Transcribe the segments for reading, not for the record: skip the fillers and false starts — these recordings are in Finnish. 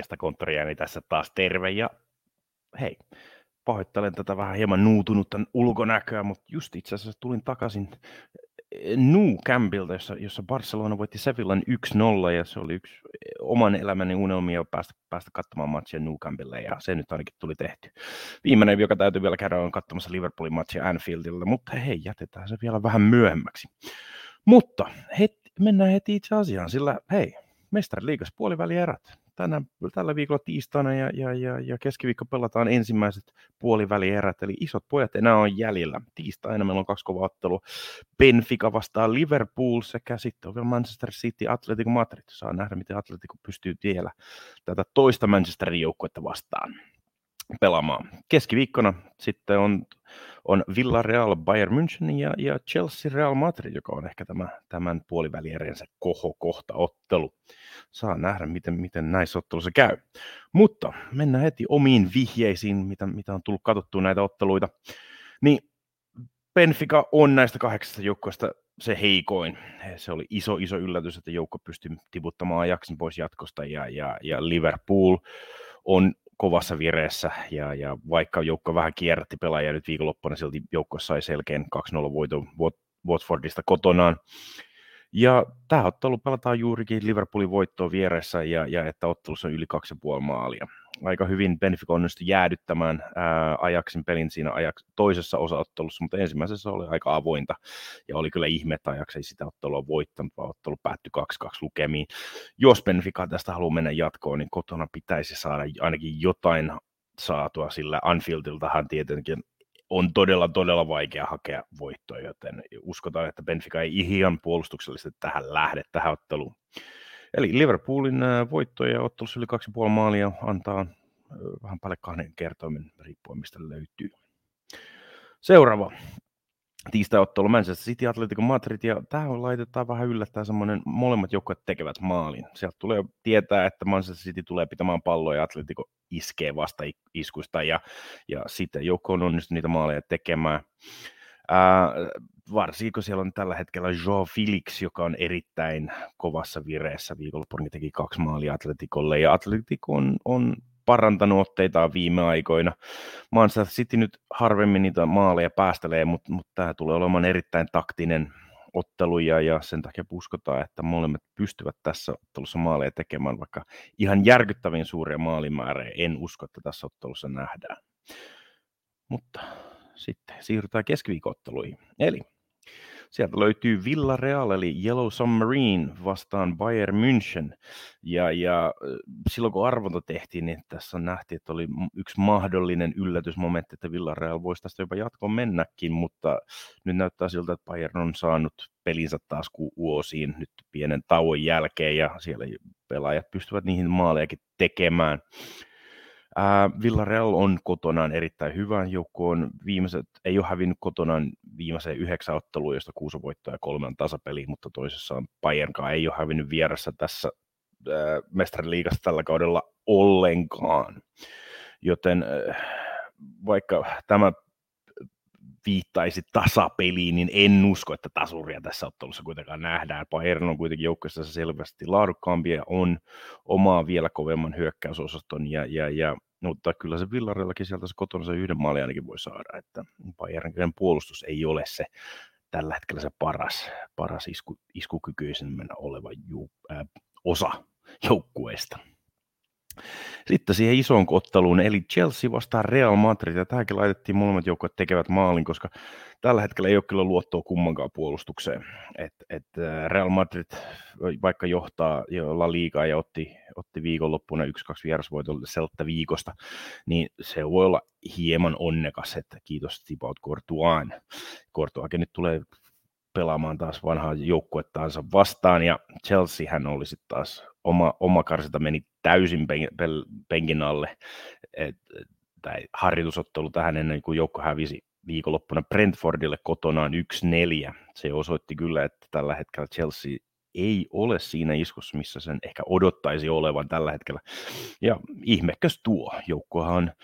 Podcast konttoriääni tässä taas terve ja hei, pahoittelen tätä vähän hieman nuutunutta ulkonäköä, mutta just itse asiassa tulin takaisin Nou Campilta, jossa Barcelona voitti Sevillan 1-0 ja se oli yksi oman elämäni unelmia päästä katsomaan matsia Nou Campille ja se nyt ainakin tuli tehty. Viimeinen, joka täytyy vielä käydä, on katsomassa Liverpoolin matsia Anfieldilla, mutta hei, jätetään se vielä vähän myöhemmäksi. Mutta mennään heti itse asiaan, sillä hei, Mestariliigas puolivälierät. Tällä viikolla tiistaina ja keskiviikko pelataan ensimmäiset puolivälierät, eli isot pojat enää on jäljellä. Tiistaina meillä on 2 kovaa ottelua. Benfica vastaan Liverpool sekä sitten on vielä Manchester City, Atletico Madrid. Saa nähdä, miten Atletico pystyy vielä tätä toista Manchesterin joukkuetta vastaan pelaamaan. Keskiviikkona sitten on Villarreal Bayern München ja Chelsea Real Madrid, joka on ehkä tämän puoliväliereensä kohokohta ottelu. Saa nähdä, miten näissä otteluissa käy. Mutta mennään heti omiin vihjeisiin, mitä on tullut katsottua näitä otteluita. Niin Benfica on näistä 8 joukkueesta se heikoin. Se oli iso yllätys, että joukko pystyi tiputtamaan Ajaxin pois jatkosta ja Liverpool on kovassa vireessä, ja vaikka joukko vähän kierrätti pelaajia nyt viikonloppuna, silti joukko sai selkeän 2-0 voiton Watfordista kotonaan. Ja tämä ottelu pelataan juurikin Liverpoolin voittoon vieressä, ja että ottelussa on yli 2,5 maalia. Aika hyvin Benfica onnistui jäädyttämään Ajaxin pelin siinä toisessa osaottelussa, mutta ensimmäisessä oli aika avointa, ja oli kyllä ihme, että Ajax ei sitä ottelua voittanut, vaan ottelu päättyi 2-2 lukemiin. Jos Benfica tästä haluaa mennä jatkoon, niin kotona pitäisi saada ainakin jotain saatua, sillä Anfieldiltahan tietenkin on todella vaikea hakea voittoa, joten uskotaan, että Benfica ei ihan puolustuksellisesti tähän otteluun. Eli Liverpoolin voitto ja ottelussa yli 2,5 maalia antaa vähän päälle 2 kertoimen riippuen mistä löytyy. Seuraava tiistai-ottelu Manchester City, Atletico Madrid, ja tähän laitetaan vähän yllättäen semmoinen, molemmat joukkueet tekevät maalin. Sieltä tulee tietää, että Manchester City tulee pitämään palloa ja Atletico iskee vasta iskuista, ja sitten joukko on onnistunut niitä maaleja tekemään. Varsinkin siellä on tällä hetkellä João Felix, joka on erittäin kovassa vireessä. Viikonloppuna teki 2 maalia Atleticolle, ja Atletico on parantanut otteitaan viime aikoina. Manchester City nyt harvemmin niitä maaleja päästelee, mutta tämä tulee olemaan erittäin taktinen ottelu, ja sen takia uskotaan, että molemmat pystyvät tässä ottelussa maaleja tekemään, vaikka ihan järkyttävin suuria maalimäärejä en usko, että tässä ottelussa nähdään. Mutta sitten siirrytään keskiviikko-otteluihin. Eli sieltä löytyy Villarreal eli Yellow Submarine vastaan Bayern München. Ja silloin kun arvonta tehtiin, niin tässä nähtiin, että oli yksi mahdollinen yllätysmomentti, että Villarreal voisi tästä jopa jatkoon mennäkin, mutta nyt näyttää siltä, että Bayern on saanut pelinsä taas uosiin nyt pienen tauon jälkeen, ja siellä pelaajat pystyvät niihin maalejakin tekemään. Villarreal on kotonaan erittäin hyvä. Joukko on ei ole hävinnyt kotonaan viimeiseen 9 otteluun, josta 6 voittoa ja 3 tasapeliä, mutta toisessa on Bayernkaan ei ole hävinnyt vieressä tässä Mestariliigassa tällä kaudella ollenkaan. Joten vaikka tämä viittaisi tasapeliin, niin en usko, että tasuria tässä ottelussa kuitenkaan nähdään. Bayern on kuitenkin joukkueessa selvästi laadukkaampi ja on omaa vielä kovemman hyökkäysosaston, mutta kyllä se Villareallakin sieltä se kotona se 1 maali ainakin voi saada, että Bayernin puolustus ei ole se tällä hetkellä se paras iskukykyisemmän oleva osa joukkueesta. Sitten siihen isoon otteluun, eli Chelsea vastaan Real Madrid, ja tähänkin laitettiin molemmat joukkueet tekevät maalin, koska tällä hetkellä ei ole kyllä luottoa kummankaan puolustukseen. Real Madrid, vaikka johtaa La Ligaa ja otti viikonloppuna 1-2 vierasvoitolle Celta Vigosta, niin se voi olla hieman onnekas, että kiitos Thibaut Courtoisin. Courtoiskin nyt tulee pelaamaan taas vanhaa joukkuettaansa vastaan, ja Chelseahän oli sitten taas oma karsinta meni täysin penkin alle. Tämä harjoitusottelu tähän ennen kuin joukko hävisi viikonloppuna Brentfordille kotonaan 1-4. Se osoitti kyllä, että tällä hetkellä Chelsea ei ole siinä iskussa, missä sen ehkä odottaisi olevan tällä hetkellä. Ja ihmekös tuo joukkohan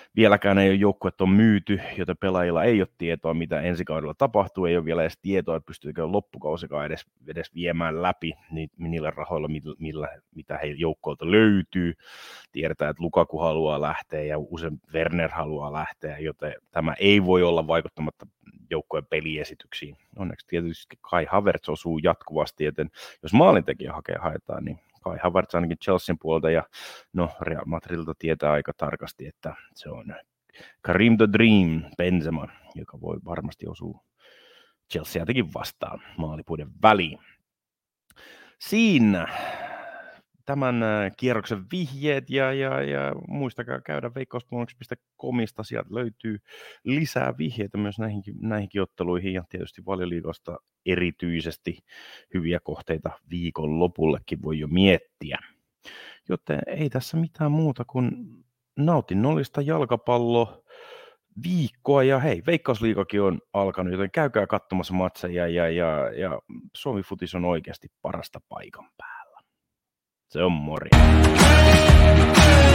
Vieläkään ei ole joukkuetta on myyty, joten pelaajilla ei ole tietoa, mitä ensi kaudella tapahtuu. Ei ole vielä edes tietoa, että pystyykö loppukausikaan edes viemään läpi niillä rahoilla, mitä he joukkoilta löytyy. Tiedetään, että Lukaku haluaa lähteä ja usein Werner haluaa lähteä, joten tämä ei voi olla vaikuttamatta joukkojen peliesityksiin. Onneksi tietysti Kai Havertz osuu jatkuvasti, joten jos maalintekijä haetaan, niin Kai Havertz ainakin Chelsean puolelta, ja no Real Madridilta tietää aika tarkasti, että se on Karim the Dream Benzema, joka voi varmasti osua Chelseatäkin vastaan maalipuiden väliin. Siinä tämän kierroksen vihjeet, ja muistakaa käydä veikkausbonukset.comista, sieltä löytyy lisää vihjeitä myös näihinkin otteluihin, ja tietysti Valioliigasta erityisesti hyviä kohteita viikon lopullekin voi jo miettiä. Joten ei tässä mitään muuta kuin nautinnollista jalkapallo viikkoa, ja hei, Veikkausliigakin on alkanut, joten käykää katsomassa matseja, ja Suomi-futis on oikeasti parasta paikan päällä. Se on morjens.